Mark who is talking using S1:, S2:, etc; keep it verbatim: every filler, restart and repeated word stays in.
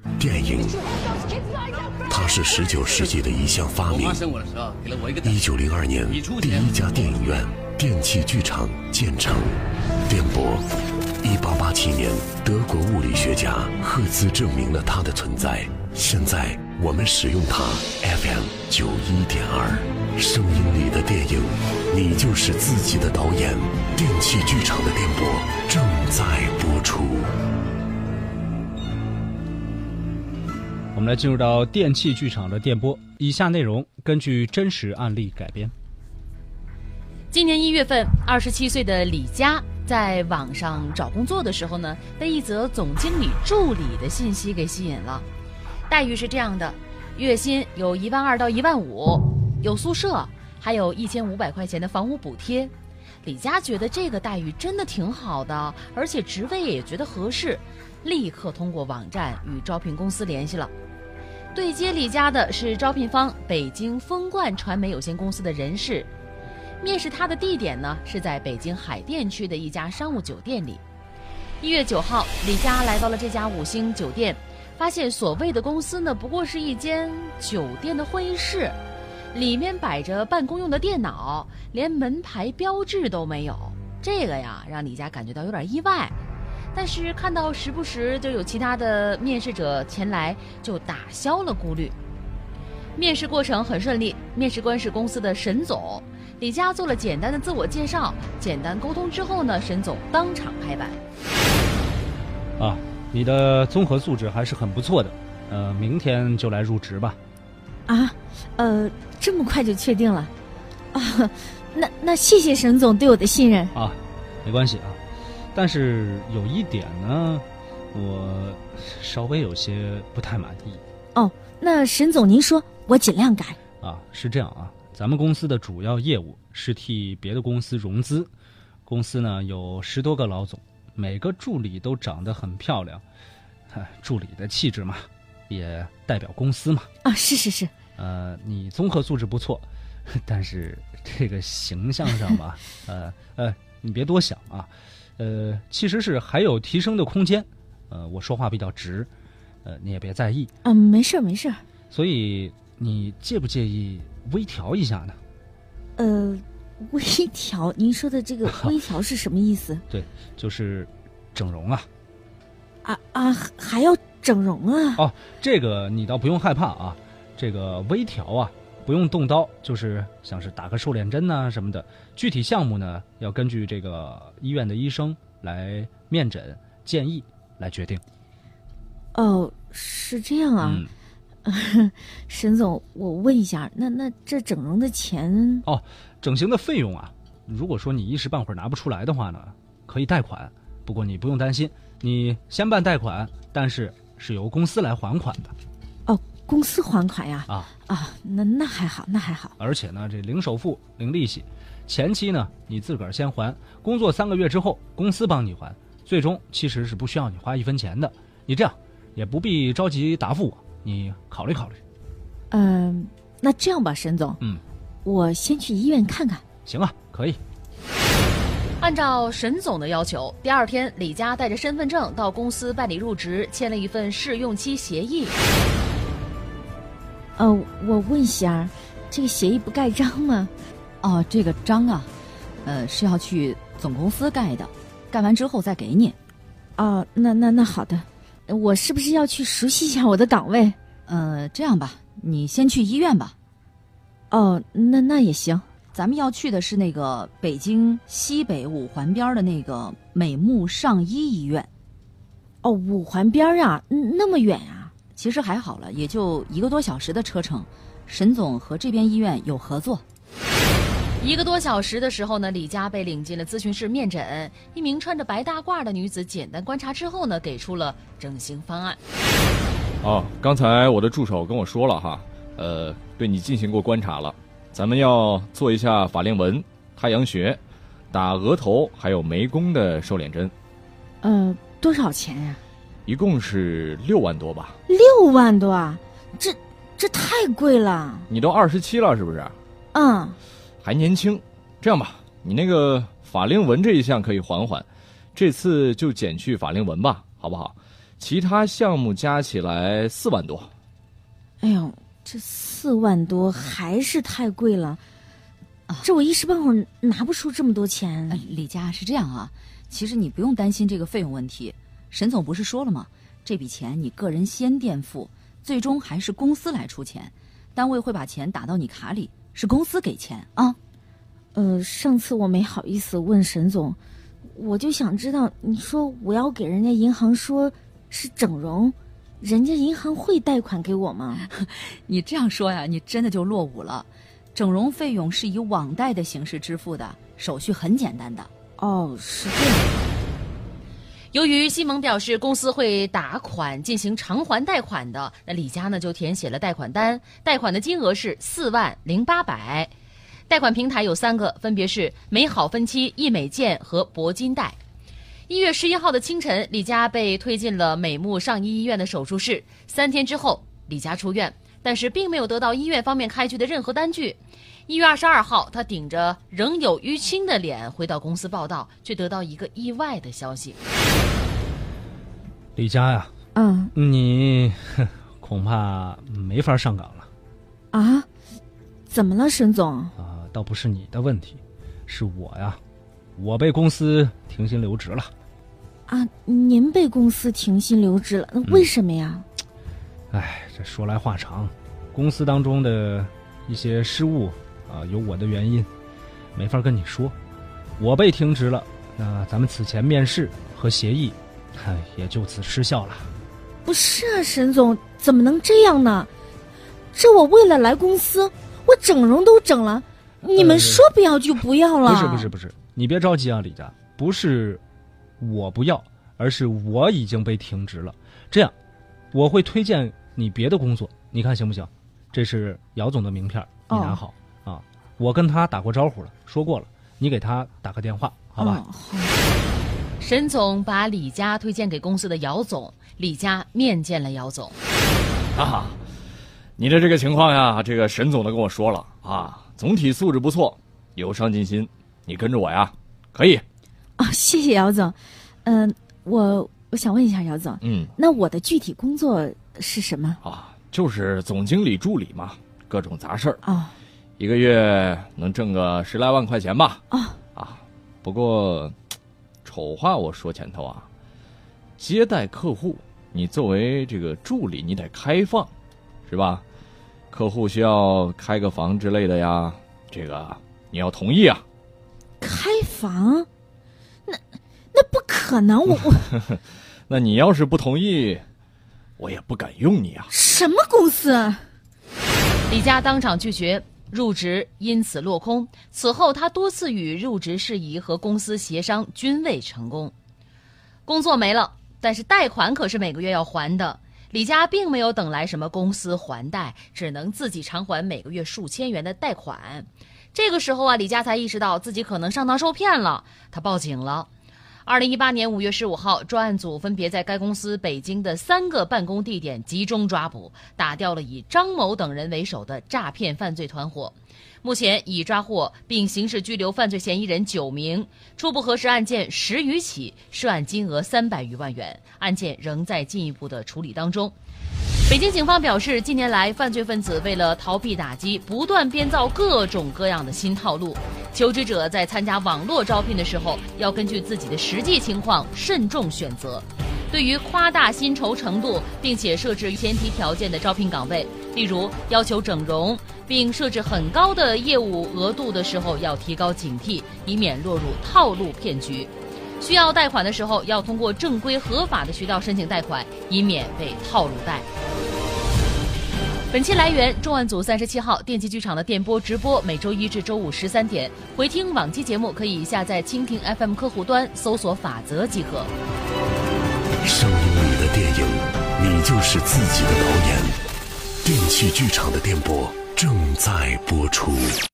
S1: 电影，它是十九世纪的一项发明。一九零二年，第一家电影院电气剧场建成。电波，一八八七年，德国物理学家赫兹证明了它的存在。现在我们使用它 F M 九一点二，声音里的电影，你就是自己的导演。电气剧场的电波正在播出。
S2: 我们来进入到电气剧场的电波，以下内容根据真实案例改编。
S3: 今年一月份，二十七岁的李佳在网上找工作的时候呢，被一则总经理助理的信息给吸引了。待遇是这样的，月薪有一万二到一万五，有宿舍，还有一千五百块钱的房屋补贴。李佳觉得这个待遇真的挺好的，而且职位也觉得合适，立刻通过网站与招聘公司联系了。对接李佳的是招聘方北京风冠传媒有限公司的人事，面试他的地点呢是在北京海淀区的一家商务酒店里。一月九号，李佳来到了这家五星酒店，发现所谓的公司呢不过是一间酒店的会议室，里面摆着办公用的电脑，连门牌标志都没有。这个呀让李佳感觉到有点意外，但是看到时不时就有其他的面试者前来，就打消了顾虑。面试过程很顺利，面试官是公司的沈总。李佳做了简单的自我介绍，简单沟通之后呢，沈总当场拍板。
S2: 啊，你的综合素质还是很不错的，呃，明天就来入职吧。
S4: 啊，呃，这么快就确定了？啊，那那谢谢沈总对我的信任。
S2: 啊，没关系啊，但是有一点呢，我稍微有些不太满意。
S4: 哦，那沈总您说，我尽量改。
S2: 啊，是这样啊，咱们公司的主要业务是替别的公司融资，公司呢有十多个老总，每个助理都长得很漂亮，助理的气质嘛，也代表公司嘛。
S4: 啊，是是是。
S2: 呃，你综合素质不错，但是这个形象上吧，呃呃，你别多想啊，呃，其实是还有提升的空间。呃，我说话比较直，呃，你也别在意。
S4: 嗯，没事没事。
S2: 所以你介不介意微调一下呢？
S4: 呃，微调，您说的这个微调是什么意思？
S2: 对，就是整容啊。
S4: 啊啊，还要整容啊？
S2: 哦，这个你倒不用害怕啊。这个微调啊，不用动刀，就是像是打个瘦脸针呐、啊、什么的。具体项目呢，要根据这个医院的医生来面诊建议来决定。
S4: 哦，是这样啊。
S2: 嗯，
S4: 沈总，我问一下，那那这整容的钱？
S2: 哦，整形的费用啊，如果说你一时半会儿拿不出来的话呢，可以贷款。不过你不用担心，你先办贷款，但是是由公司来还款的。
S4: 哦，公司还款呀？
S2: 啊
S4: 啊，那那还好，那还好。
S2: 而且呢，这零首付零利息，前期呢你自个儿先还，工作三个月之后公司帮你还，最终其实是不需要你花一分钱的。你这样也不必着急答复我，你考虑考虑。
S4: 嗯、呃，那这样吧，沈总，
S2: 嗯，
S4: 我先去医院看看。
S2: 行啊，可以。
S3: 按照沈总的要求，第二天李佳带着身份证到公司办理入职，签了一份试用期协议。
S4: 呃，我问一下，这个协议不盖章吗？
S5: 哦，这个章啊，呃，是要去总公司盖的，盖完之后再给你。
S4: 哦，那那那好的，我是不是要去熟悉一下我的岗位？
S5: 呃，这样吧，你先去医院吧。
S4: 哦，那那也行。
S5: 咱们要去的是那个北京西北五环边的那个美目上医医院。
S4: 哦，五环边啊，那么远啊？
S5: 其实还好了，也就一个多小时的车程。沈总和这边医院有合作。
S3: 一个多小时的时候呢，李佳被领进了咨询室面诊。一名穿着白大褂的女子简单观察之后呢，给出了整形方案。
S6: 哦，刚才我的助手跟我说了哈，呃，对你进行过观察了。咱们要做一下法令纹、太阳穴、打额头还有眉弓的瘦脸针。
S4: 呃，多少钱呀、啊？
S6: 一共是六万多吧。
S4: 六万多啊，这这太贵了。
S6: 你都二十七了是不是？
S4: 嗯，
S6: 还年轻。这样吧，你那个法令纹这一项可以缓缓，这次就减去法令纹吧，好不好？ 其他项目加起来四万多。
S4: 哎呦，这四万多还是太贵了，啊、这我一时半会儿拿不出这么多钱。
S5: 呃、李佳，是这样啊，其实你不用担心这个费用问题。沈总不是说了吗？这笔钱你个人先垫付，最终还是公司来出钱，单位会把钱打到你卡里，是公司给钱啊。
S4: 呃，上次我没好意思问沈总，我就想知道，你说我要给人家银行说是整容，人家银行会贷款给我吗？
S5: 你这样说呀，你真的就落伍了。整容费用是以网贷的形式支付的，手续很简单的。
S4: 哦，是这样。
S3: 由于西蒙表示公司会打款进行偿还贷款的，那李佳呢就填写了贷款单，贷款的金额是四万零八百。贷款平台有三个，分别是美好分期、易美健和铂金贷。一月十一号的清晨，李佳被推进了美目上医医院的手术室。三天之后，李佳出院，但是并没有得到医院方面开具的任何单据。一月二十二号，他顶着仍有淤青的脸回到公司报道，却得到一个意外的消息。
S2: 李佳呀，
S4: 嗯，
S2: 你恐怕没法上岗了。
S4: 啊？怎么了，沈总？
S2: 啊，倒不是你的问题，是我呀，我被公司停薪留职了。
S4: 啊，您被公司停薪留职了，那为什么呀？
S2: 哎、嗯，这说来话长，公司当中的一些失误啊，有我的原因，没法跟你说。我被停职了，那咱们此前面试和协议，哎，也就此失效了。
S4: 不是啊，沈总，怎么能这样呢？这我为了来公司，我整容都整了，你们说不要就不要了。
S2: 呃、不是不是不是，你别着急啊，李佳，不是我不要，而是我已经被停职了。这样，我会推荐你别的工作，你看行不行？这是姚总的名片，你拿好、哦、啊。我跟他打过招呼了，说过了，你给他打个电话，好吧？
S4: 哦、
S3: 沈总把李佳推荐给公司的姚总，李佳面见了姚总。
S6: 啊，你的这个情况呀，这个沈总都跟我说了啊，总体素质不错，有上进心，你跟着我呀，可以。
S4: 啊、哦，谢谢姚总。嗯、呃，我我想问一下姚总，
S6: 嗯，
S4: 那我的具体工作是什么
S6: 啊？就是总经理助理嘛，各种杂事儿
S4: 啊、哦，
S6: 一个月能挣个十来万块钱吧。
S4: 啊、
S6: 哦、啊，不过丑话我说前头啊，接待客户，你作为这个助理，你得开放，是吧？客户需要开个房之类的呀，这个你要同意啊。
S4: 开房？那那不可能，我我。
S6: 那你要是不同意，我也不敢用你啊。
S4: 什么公司？
S3: 李佳当场拒绝入职，因此落空。此后他多次与入职事宜和公司协商，均未成功。工作没了，但是贷款可是每个月要还的。李佳并没有等来什么公司还贷，只能自己偿还每个月数千元的贷款。这个时候啊，李佳才意识到自己可能上当受骗了，他报警了。二零一八年五月十五号，专案组分别在该公司北京的三个办公地点集中抓捕，打掉了以张某等人为首的诈骗犯罪团伙。目前已抓获并刑事拘留犯罪嫌疑人九名，初步核实案件十余起，涉案金额三百余万元，案件仍在进一步的处理当中。北京警方表示，近年来犯罪分子为了逃避打击，不断编造各种各样的新套路。求职者在参加网络招聘的时候，要根据自己的实际情况慎重选择。对于夸大薪酬程度并且设置前提条件的招聘岗位，例如要求整容并设置很高的业务额度的时候，要提高警惕，以免落入套路骗局。需要贷款的时候，要通过正规合法的渠道申请贷款，以免被套路贷。本期来源重案组三十七号电气剧场的电波直播，每周一至周五十三点。回听往期节目可以下载蜻蜓 F M 客户端，搜索法则即可。
S1: 声音里的电影，你就是自己的导演。电气剧场的电波正在播出。